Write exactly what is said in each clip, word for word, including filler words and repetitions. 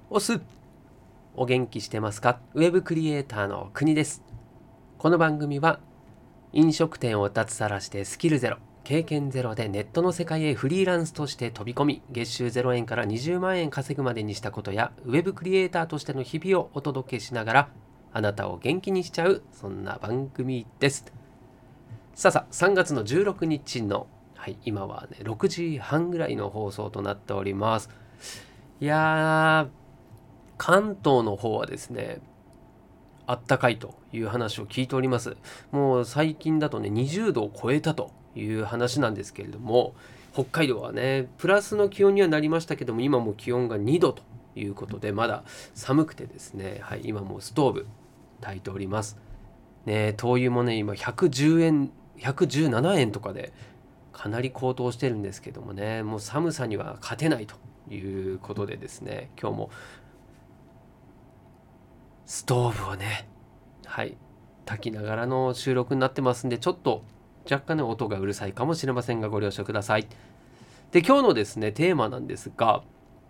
おす。お元気してますか？ウェブクリエイターの国です。この番組は飲食店を脱サラしてスキルゼロ、経験ゼロでネットの世界へフリーランスとして飛び込み、月収ゼロえんからにじゅうまんえん稼ぐまでにしたことや、ウェブクリエイターとしての日々をお届けしながら、あなたを元気にしちゃう、そんな番組です。さあさあ、さんがつのじゅうろくにちの、はい、今はね、ろくじはんぐらいの放送となっております。いやー、関東の方はですね、あったかいという話を聞いております。もう最近だとね、にじゅうどを超えたという話なんですけれども、北海道はね、プラスの気温にはなりましたけども、今も気温がにどということで、まだ寒くてですね、はい、今もうストーブ炊いております。ね、灯油もね、今ひゃくじゅうえん、ひゃくじゅうななえんとかで、かなり高騰してるんですけどもね、もう寒さには勝てないということでですね、今日もストーブをね、はい炊きながらの収録になってますんで、ちょっと若干ね音がうるさいかもしれませんがご了承ください。で、今日のですねテーマなんですが、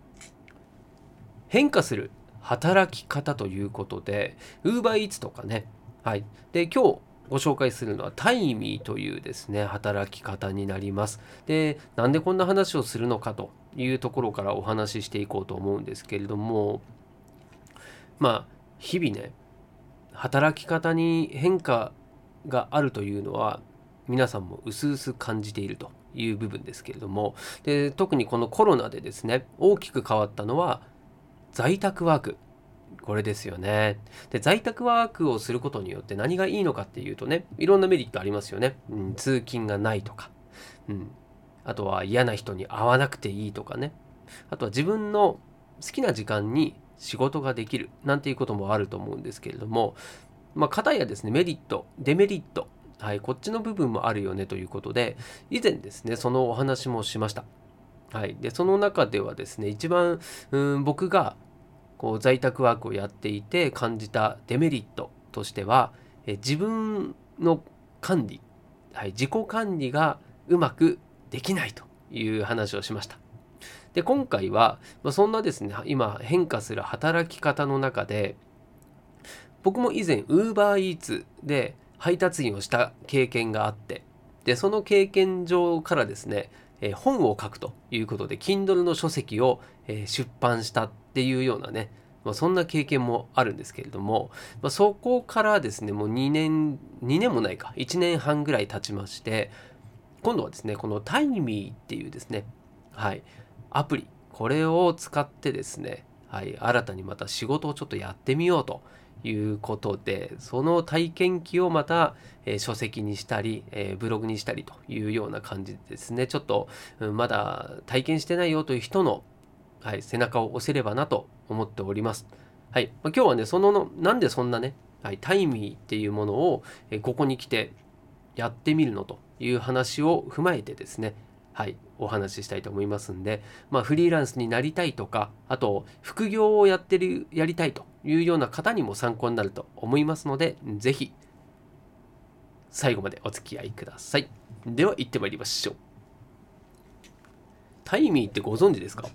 変化する働き方ということで、 UberEats とかね、はいで今日ご紹介するのはタイミーというですね働き方になります。で、なんでこんな話をするのかというところからお話ししていこうと思うんですけれども、まあ日々ね、働き方に変化があるというのは皆さんも薄々感じているという部分ですけれども、で特にこのコロナでですね大きく変わったのは在宅ワーク、これですよね。で、在宅ワークをすることによって何がいいのかっていうとね、いろんなメリットありますよね。うん、通勤がないとか、うん、あとは嫌な人に会わなくていいとかね、あとは自分の好きな時間に仕事ができるなんていうこともあると思うんですけれども、まあ、片やですね、メリット、デメリット、はい、こっちの部分もあるよねということで、以前ですね、そのお話もしました。はい、でその中ではですね、一番うん僕がこう在宅ワークをやっていて感じたデメリットとしては、え自分の管理、はい、自己管理がうまくできないという話をしました。で、今回は、まあ、そんなですね、今変化する働き方の中で、僕も以前 UberEats で配達員をした経験があって、でその経験上からですね、えー本を書くということで Kindle の書籍を、えー出版したっていうようなね、まあ、そんな経験もあるんですけれども、まあ、そこからですねもうにねんにねんもないかいちねんはんぐらい経ちまして、今度はですねこのタイミーっていうですね、はいアプリ、これを使ってですね、はい、新たにまた仕事をちょっとやってみようということで、その体験記をまた、えー書籍にしたり、えーブログにしたりというような感じでですね、ちょっと、うんまだ体験してないよという人の、はい、背中を押せればなと思っております。はい、まあ、今日はね、そのの、なんでそんなね、はい、タイミーっていうものを、えーここに来てやってみるのという話を踏まえてですね、はい、お話ししたいと思いますんで、まあ、フリーランスになりたいとか、あと副業をやってるやりたいというような方にも参考になると思いますので、ぜひ最後までお付き合いください。では行ってまいりましょう。タイミーってご存知ですか？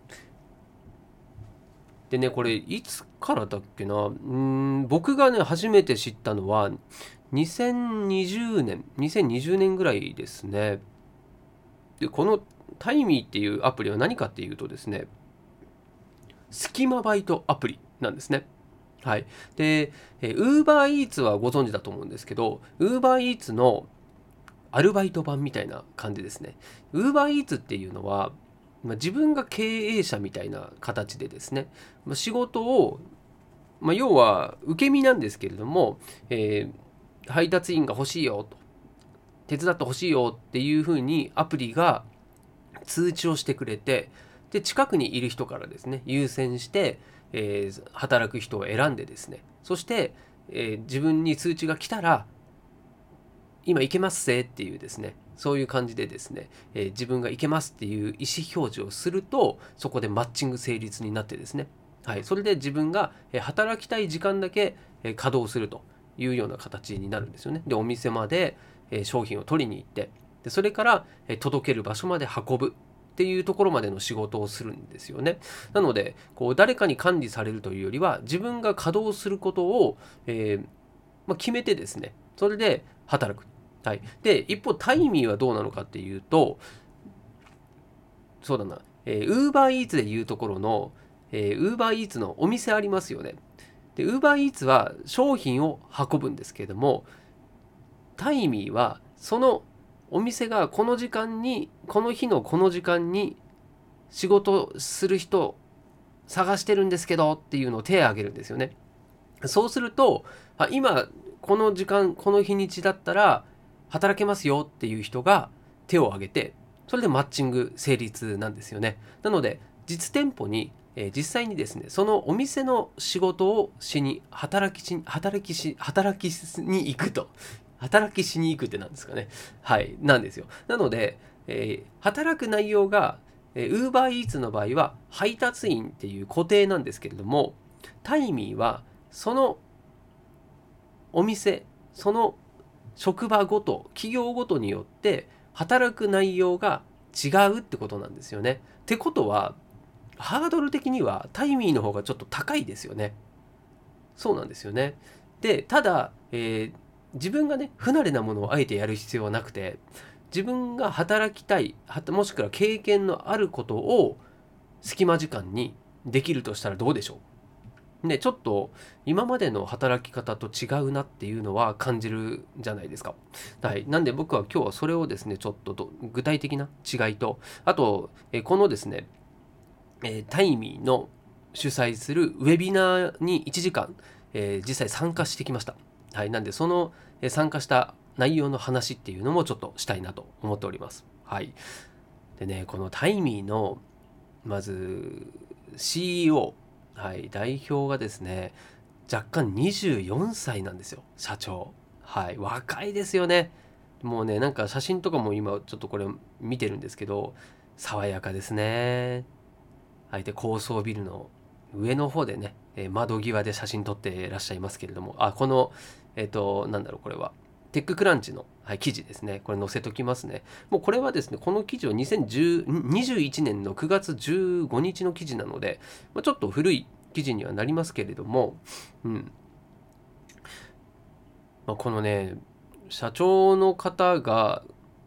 でね、これいつからだっけな、うーん僕がね初めて知ったのはにせんにじゅうねんにせんにじゅうねんぐらいですね。で、このタイミーっていうアプリは何かっていうとですね、スキマバイトアプリなんですね。はい。で、えー UberEats はご存知だと思うんですけど、UberEats のアルバイト版みたいな感じですね。UberEats っていうのは、まあ、自分が経営者みたいな形でですね、まあ、仕事を、まあ、要は受け身なんですけれども、えー配達員が欲しいよと、手伝って欲しいよっていうふうにアプリが通知をしてくれて、で近くにいる人からですね優先して、えー働く人を選んでですね、そして、えー自分に通知が来たら今行けますぜっていうですね、そういう感じでですね、えー自分が行けますっていう意思表示をすると、そこでマッチング成立になってですね、はい、それで自分がえー働きたい時間だけえー稼働するというような形になるんですよね。で、お店までえー商品を取りに行って、でそれからえー届ける場所まで運ぶ。 っていうところまでの仕事をするんですよね。なのでこう誰かに管理されるというよりは自分が稼働することを、えーまあ、決めてですね、それで働く。はい、で一方タイミーはどうなのかっていうと、そうだな、えー、Uber Eats でいうところの、えー、Uber Eats のお店ありますよね。で Uber Eats は商品を運ぶんですけれども、タイミーはそのお店がこの時間にこの日のこの時間に仕事する人探してるんですけどっていうのを手を挙げるんですよね。そうすると、あ、今この時間この日にちだったら働けますよっていう人が手を挙げて、それでマッチング成立なんですよね。なので実店舗に、えー実際にですね、そのお店の仕事をしに働きし働きし働きしに行くと、働きしに行くってなんですかね。はい、なんですよ。なので、えー働く内容が、えー、Uber Eats の場合は配達員っていう固定なんですけれども、タイミーはそのお店、その職場ごと、企業ごとによって働く内容が違うってことなんですよね。ってことは、ハードル的にはタイミーの方がちょっと高いですよね。そうなんですよね。で、ただ、えー自分がね、不慣れなものをあえてやる必要はなくて、自分が働きたい、はたもしくは経験のあることを隙間時間にできるとしたらどうでしょう。ね、ちょっと今までの働き方と違うなっていうのは感じるじゃないですか。はい。なんで僕は今日はそれをですね、ちょっとど具体的な違いと、あと、えーこのですね、えータイミーの主催するウェビナーにいちじかん、えー実際参加してきました。はい。なんでその、えー参加した内容の話っていうのもちょっとしたいなと思っております。はい。でね、このタイミーのまず シーイーオー、はい、代表がですね、若干にじゅうよんさいなんですよ、社長。はい、若いですよね。もうね、なんか写真とかも今ちょっとこれ見てるんですけど、爽やかですね。相手高層ビルの上の方でね、えー窓際で写真撮っていらっしゃいますけれども、あ、この、えっと、なんだろう、これは。テッククランチの、はい、記事ですね。これ載せときますね。もうこれはですね、この記事はにせんにじゅういちねんのくがつじゅうごにちの記事なので、まあ、ちょっと古い記事にはなりますけれども、うん。まあ、このね、社長の方が、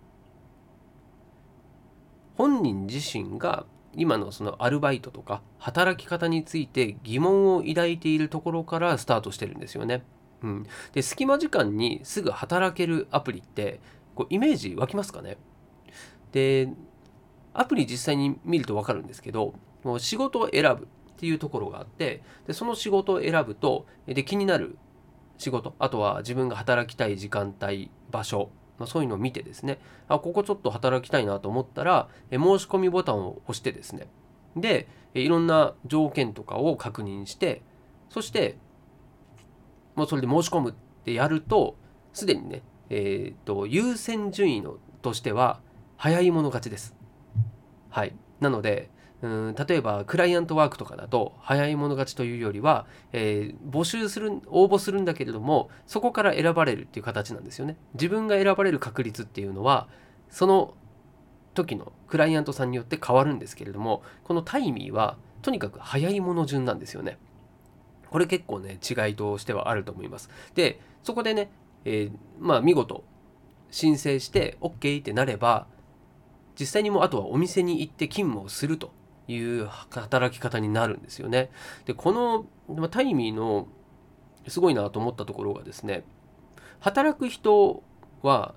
本人自身が今のそのアルバイトとか働き方について疑問を抱いているところからスタートしてるんですよね。うん、で隙間時間にすぐ働けるアプリってこうイメージ湧きますかね。でアプリ実際に見ると分かるんですけど、もう仕事を選ぶっていうところがあって、でその仕事を選ぶとで気になる仕事、あとは自分が働きたい時間帯、場所、まあ、そういうのを見てですね、あ、ここちょっと働きたいなと思ったら、え申し込みボタンを押してですね、で、いろんな条件とかを確認して、そして、もうそれで申し込むってやると、すでにね、えっと、優先順位のとしては、早い者勝ちです。はい。なので、うん、例えばクライアントワークとかだと早い者勝ちというよりは、えー募集する応募するんだけれどもそこから選ばれるっていう形なんですよね。自分が選ばれる確率っていうのはその時のクライアントさんによって変わるんですけれども、このタイミーはとにかく早い者順なんですよね。これ結構ね違いとしてはあると思います。でそこでね、えーまあ見事申請して OK ってなれば、実際にもうあとはお店に行って勤務をするという働き方になるんですよね。でこのまあタイミーのすごいなと思ったところがですね、働く人は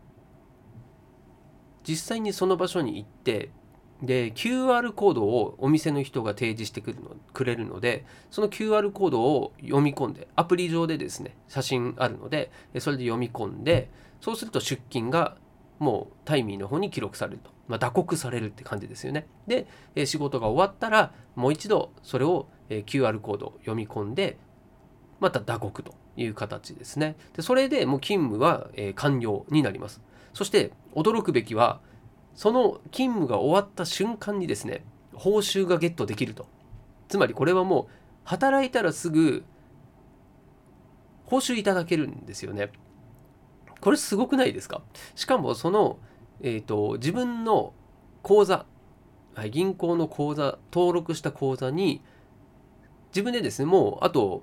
実際にその場所に行ってで キューアール コードをお店の人が提示してくるのくれるので、その キューアール コードを読み込んでアプリ上でですね写真あるのでそれで読み込んで、そうすると出勤がもうタイミーの方に記録されると、まあ、打刻されるって感じですよね。で仕事が終わったらもう一度それを キューアール コードを読み込んでまた打刻という形ですね。でそれでもう勤務は完了になります。そして驚くべきはその勤務が終わった瞬間にですね、報酬がゲットできると。つまりこれはもう働いたらすぐ報酬いただけるんですよね。これすごくないですか？しかもその、えーと、自分の口座はい、銀行の口座、登録した口座に自分でですね、もうあと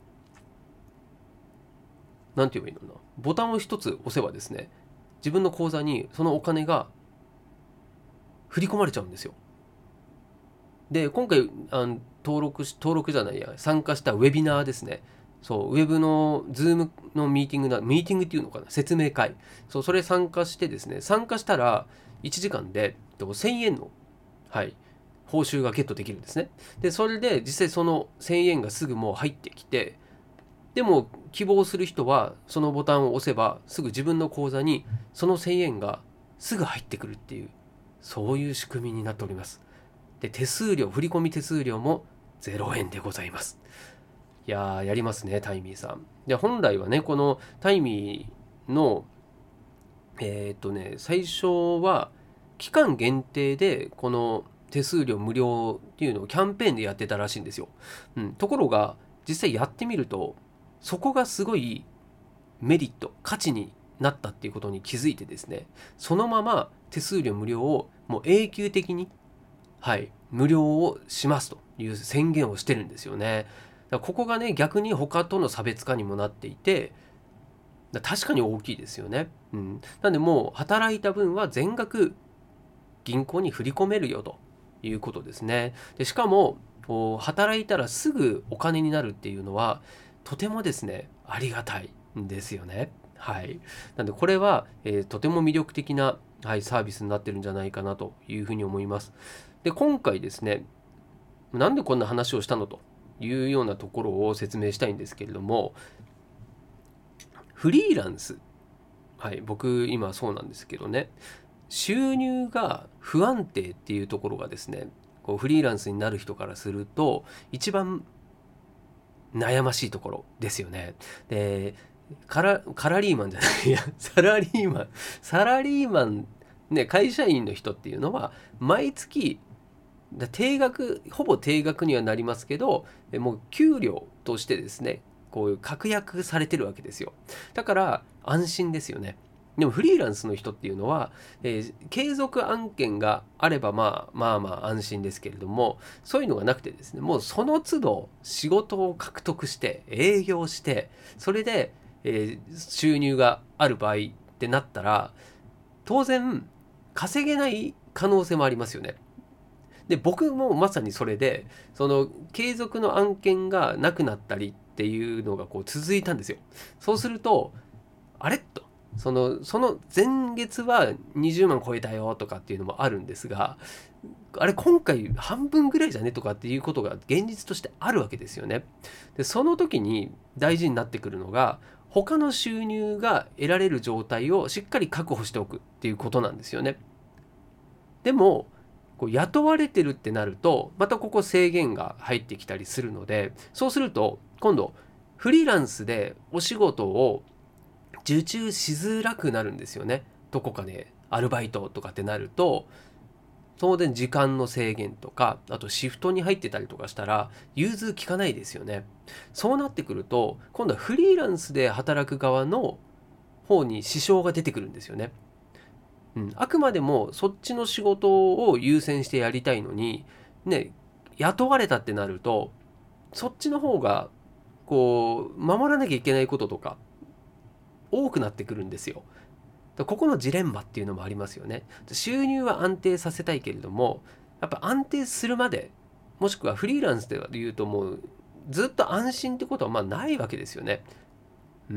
なんて言えばいいのかな、ボタンを一つ押せばですね、自分の口座にそのお金が振り込まれちゃうんですよ。で、今回あの登録し登録じゃないや参加したウェビナーですね。そう、ウェブのズームのミーティングなミーティングっていうのかな、説明会、そう、それ参加してですね、参加したらいちじかんでせんえんの、はい、報酬がゲットできるんですね。でそれで実際そのせんえんがすぐもう入ってきて、でも希望する人はそのボタンを押せばすぐ自分の口座にそのせんえんがすぐ入ってくるっていう、そういう仕組みになっております。で、手数料、振込手数料もゼロえんでございます。いやー、やりますね、タイミーさん。で、本来はね、このタイミーの、えーっとね、最初は期間限定でこの手数料無料っていうのをキャンペーンでやってたらしいんですよ。うん、ところが、実際やってみると、そこがすごいメリット、価値になったっていうことに気づいてですね、そのまま手数料無料をもう永久的に、はい、無料をしますという宣言をしてるんですよね。だからここがね、逆に他との差別化にもなっていて、確かに大きいですよね。うん、なんでもう働いた分は全額銀行に振り込めるよということですね。でしかもこう働いたらすぐお金になるっていうのはとてもですねありがたいんですよね。はい。なんでこれは、えーとても魅力的な、はい、サービスになってるんじゃないかなというふうに思います。で今回ですね、なんでこんな話をしたのというようなところを説明したいんですけれども、フリーランス、はい、僕今そうなんですけどね、収入が不安定っていうところがですね、こうフリーランスになる人からすると一番悩ましいところですよね。で、カラ、カラリーマンじゃない、いや、サラリーマン、サラリーマン、ね、会社員の人っていうのは、毎月、定額、ほぼ定額にはなりますけど、もう給料としてですね、こういう確約されてるわけですよ。だから安心ですよね。でもフリーランスの人っていうのは、えー継続案件があればまあまあまあ安心ですけれども、そういうのがなくてですね、もうその都度仕事を獲得して営業して、それで、えー収入がある場合ってなったら、当然稼げない可能性もありますよね。で、僕もまさにそれで、その継続の案件がなくなったりっていうのがこう続いたんですよ。そうすると、あれと、その、その前月はにじゅうまん超えたよとかっていうのもあるんですが、あれ今回半分ぐらいじゃねとかっていうことが現実としてあるわけですよね。で、その時に大事になってくるのが、他の収入が得られる状態をしっかり確保しておくっていうことなんですよね。でも、こう雇われてるってなると、またここ制限が入ってきたりするので、そうすると、今度、フリーランスでお仕事を受注しづらくなるんですよね。どこかでアルバイトとかってなると、当然時間の制限とか、あとシフトに入ってたりとかしたら、融通きかないですよね。そうなってくると、今度はフリーランスで働く側の方に支障が出てくるんですよね。うん、あくまでもそっちの仕事を優先してやりたいのに、ね、雇われたってなると、そっちの方が、こう、守らなきゃいけないこととか、多くなってくるんですよ。ここのジレンマっていうのもありますよね。収入は安定させたいけれども、やっぱ安定するまで、もしくはフリーランスで言うともう、ずっと安心ってことはまあないわけですよね。うん、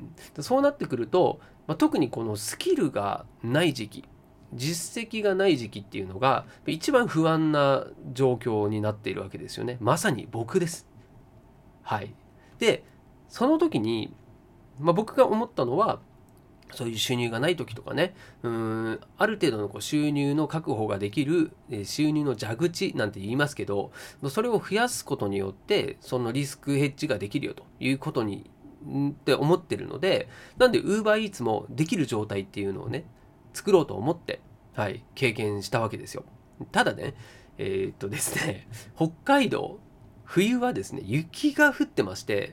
そうなってくると、まあ、特にこのスキルがない時期、実績がない時期っていうのが一番不安な状況になっているわけですよね。まさに僕です。はい。で、その時に、まあ、僕が思ったのは、そういう収入がない時とかね、うーん、ある程度のこう収入の確保ができる、えー収入の蛇口なんて言いますけど、それを増やすことによって、そのリスクヘッジができるよということにんって思ってるので、なんで UberEats もできる状態っていうのをね、作ろうと思って、はい、経験したわけですよ。ただね、えーっとですね、北海道、冬はですね、雪が降ってまして、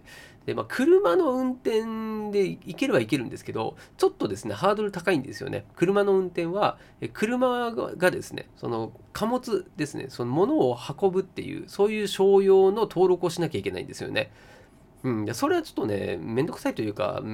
で、まあ、車の運転で行けるは行けるんですけど、ちょっとですね、ハードル高いんですよね。車の運転は、え車がですね、その貨物ですね、その物を運ぶっていう、そういう商用の登録をしなきゃいけないんですよね。うん、でそれはちょっとね、めんどくさいというか、うん、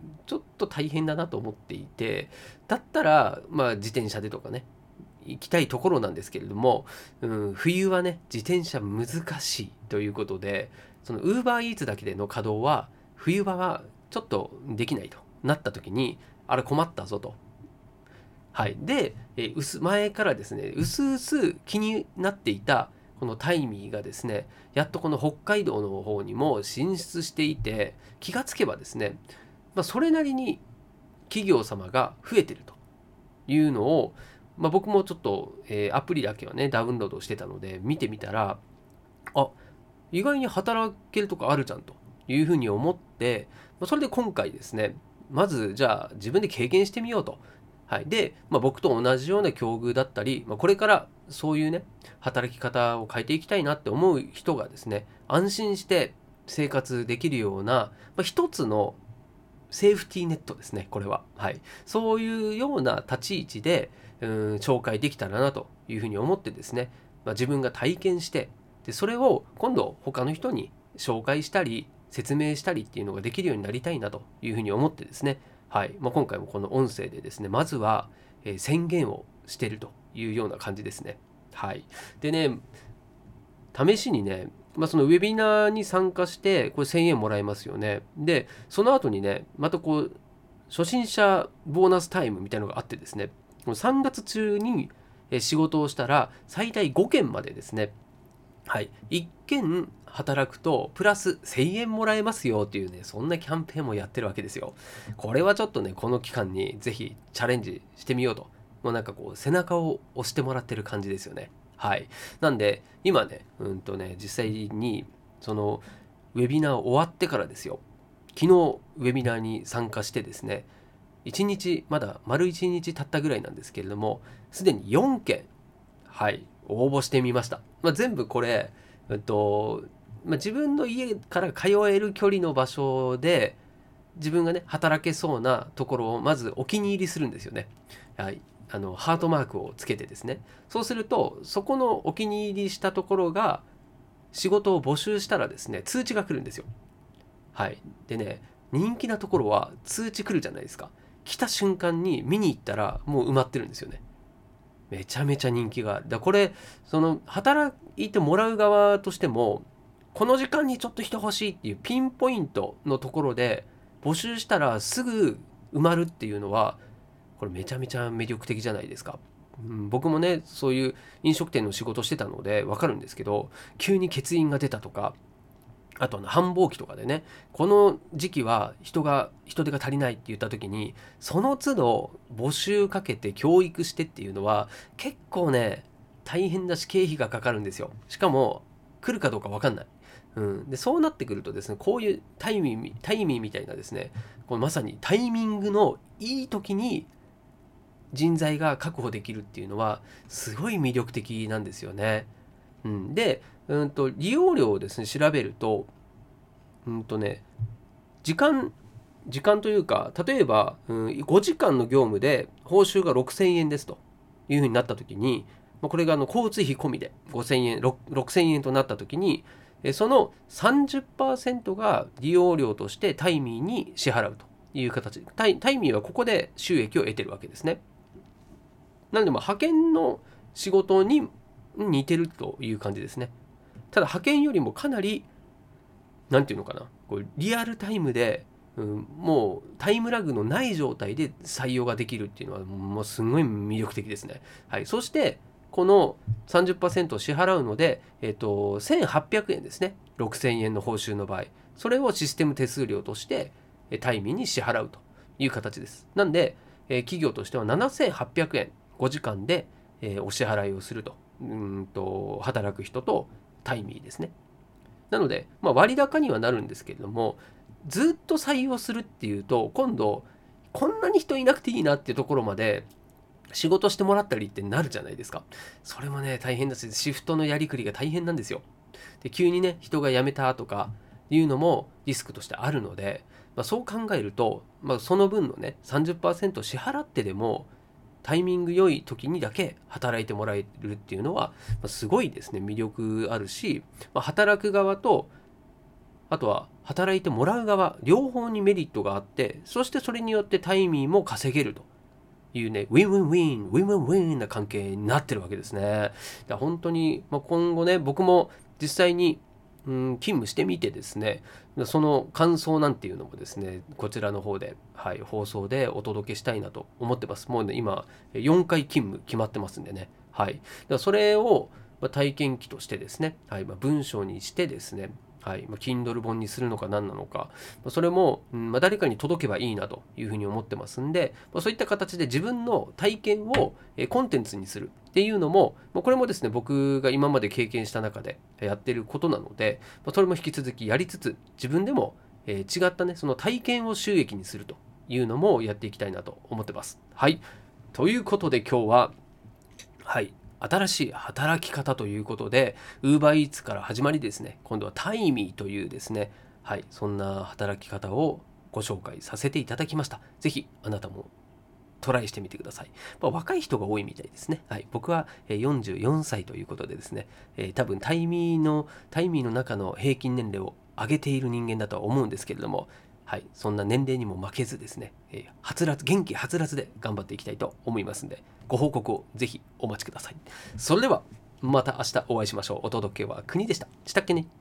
ちょっと大変だなと思っていて、だったら、まあ、自転車でとかね、行きたいところなんですけれども、うん、冬はね、自転車難しいということで、その UberEats だけでの稼働は、冬場はちょっとできないとなった時に、あれ困ったぞと。はい。で、えー、薄前からですね、うすうす気になっていたこのタイミーがですね、やっとこの北海道の方にも進出していて、気がつけばですね、まあ、それなりに企業様が増えてるというのを、まあ、僕もちょっと、えーアプリだけはね、ダウンロードしてたので、見てみたら、あ、意外に働けるとこあるじゃんというふうに思って、まあそれで今回ですね、まずじゃあ自分で経験してみようと。はい、で、まあ、僕と同じような境遇だったり、まあ、これからそういうね、働き方を変えていきたいなって思う人がですね、安心して生活できるような、まあ、一つのセーフティーネットですね、これは。はい。そういうような立ち位置で、うん、紹介できたらなというふうに思ってですね、まあ、自分が体験して、で、それを今度他の人に紹介したり、説明したりっていうのができるようになりたいなというふうに思ってですね、はい。まあ、今回もこの音声でですね、まずは、えー宣言をしているというような感じですね。はい。でね、試しにね、まあ、そのウェビナーに参加して、これせんえんもらえますよね。で、その後にね、またこう、初心者ボーナスタイムみたいなのがあってですね、このさんがつ中にえ仕事をしたら、最大ごけんまでですね、はい、いっけん働くと、プラスせんえんもらえますよっていうね、そんなキャンペーンもやってるわけですよ。これはちょっとね、この期間にぜひチャレンジしてみようと。もうなんかこう、背中を押してもらってる感じですよね。はい。なんで、今ね、うんとね、実際に、その、ウェビナー終わってからですよ。昨日、ウェビナーに参加してですね、いちにち、まだ丸いちにち経ったぐらいなんですけれども、すでによんけん、はい、応募してみました。まあ、全部これ、えっと、まあ、自分の家から通える距離の場所で、自分がね、働けそうなところをまずお気に入りするんですよね。はい。あの、ハートマークをつけてですね。そうすると、そこのお気に入りしたところが、仕事を募集したらですね、通知が来るんですよ。はい。でね、人気なところは通知来るじゃないですか。来た瞬間に見に行ったらもう埋まってるんですよね。めちゃめちゃ人気がある。だこれ、その、働いてもらう側としても、この時間にちょっと人欲しいっていうピンポイントのところで募集したらすぐ埋まるっていうのは、これめちゃめちゃ魅力的じゃないですか。うん、僕もね、そういう飲食店の仕事してたのでわかるんですけど、急に欠員が出たとか、あとあの繁忙期とかでね、この時期は人が、人手が足りないって言った時に、その都度募集かけて教育してっていうのは、結構ね、大変だし経費がかかるんですよ。しかも、来るかどうかわかんない。うん、でそうなってくるとですね、こういうタイミング、タイミーみたいなですね、このまさにタイミングのいい時に人材が確保できるっていうのは、すごい魅力的なんですよね。うん、で、うんと、利用料をですね、調べると、うんとね、時間、時間というか、例えば、うん、ごじかんの業務で報酬がろくせんえんですというふうになったときに、まあこれがあの交通費込みでごせんえん、ろくせんえんとなったときに、えそのさんじゅっパーセントが利用料としてタイミーに支払うという形。タイタイミーはここで収益を得てるわけですね。なので、まあ派遣の仕事に似てるという感じですね。ただ派遣よりもかなり、なんていうのかな、こうリアルタイムで、うん、もうタイムラグのない状態で採用ができるっていうのはもうすごい魅力的ですね。はい、そしてこのさんじゅっパーセントを支払うので、えっと、せんはっぴゃくえんですね。ろくせんえんの報酬の場合。それをシステム手数料としてタイミーに支払うという形です。なんで、え企業としてはななせんはっぴゃくえんごじかんで、えお支払いをすると。うんと働く人とタイミーですね。なので、まあ、割高にはなるんですけれども、ずっと採用するっていうと、今度、こんなに人いなくていいなっていうところまで仕事してもらったりってなるじゃないですか。それもね、大変だし、シフトのやりくりが大変なんですよ。で、急にね、人が辞めたとか、 いうのもリスクとしてあるので、まあ、そう考えると、まあ、その分のね さんじゅっパーセント 支払ってでもタイミング良い時にだけ働いてもらえるっていうのは、まあ、すごいですね魅力あるし、まあ、働く側とあとは働いてもらう側両方にメリットがあって、そしてそれによってタイミーも稼げるというね、ウィンウィンウィンウィンウィンウィンな関係になってるわけですね。だから本当に、まあ、今後ね僕も実際にうん、勤務してみてですね、その感想なんていうのもですね、こちらの方で、はい、放送でお届けしたいなと思ってます。もうね、今、よんかい勤務決まってますんでね。はい。だからそれをまあ体験記としてですね、はい、まあ、文章にしてですね、はい、まあ、Kindle 本にするのか何なのか、まあそれも、うんまあ、誰かに届けばいいなというふうに思ってますんで、まあ、そういった形で自分の体験をえーコンテンツにするっていうのも、まあ、これもですね、僕が今まで経験した中でやってることなので、まあ、それも引き続きやりつつ、自分でも、えー違ったね、その体験を収益にするというのもやっていきたいなと思ってます。はい。ということで今日は、はい、新しい働き方ということで、UberEats から始まりですね、今度はタイミーというですね、はい、そんな働き方をご紹介させていただきました。ぜひあなたもトライしてみてください。まあ、若い人が多いみたいですね。はい、僕はよんじゅうよんさいということでですね、えー多分タイミーの、タイミーの中の平均年齢を上げている人間だとは思うんですけれども、はい、そんな年齢にも負けずですね、えーはつらつ、元気はつらつで頑張っていきたいと思いますので、ご報告をぜひお待ちください。それでは、また明日お会いしましょう。お届けは国でした。したっけね。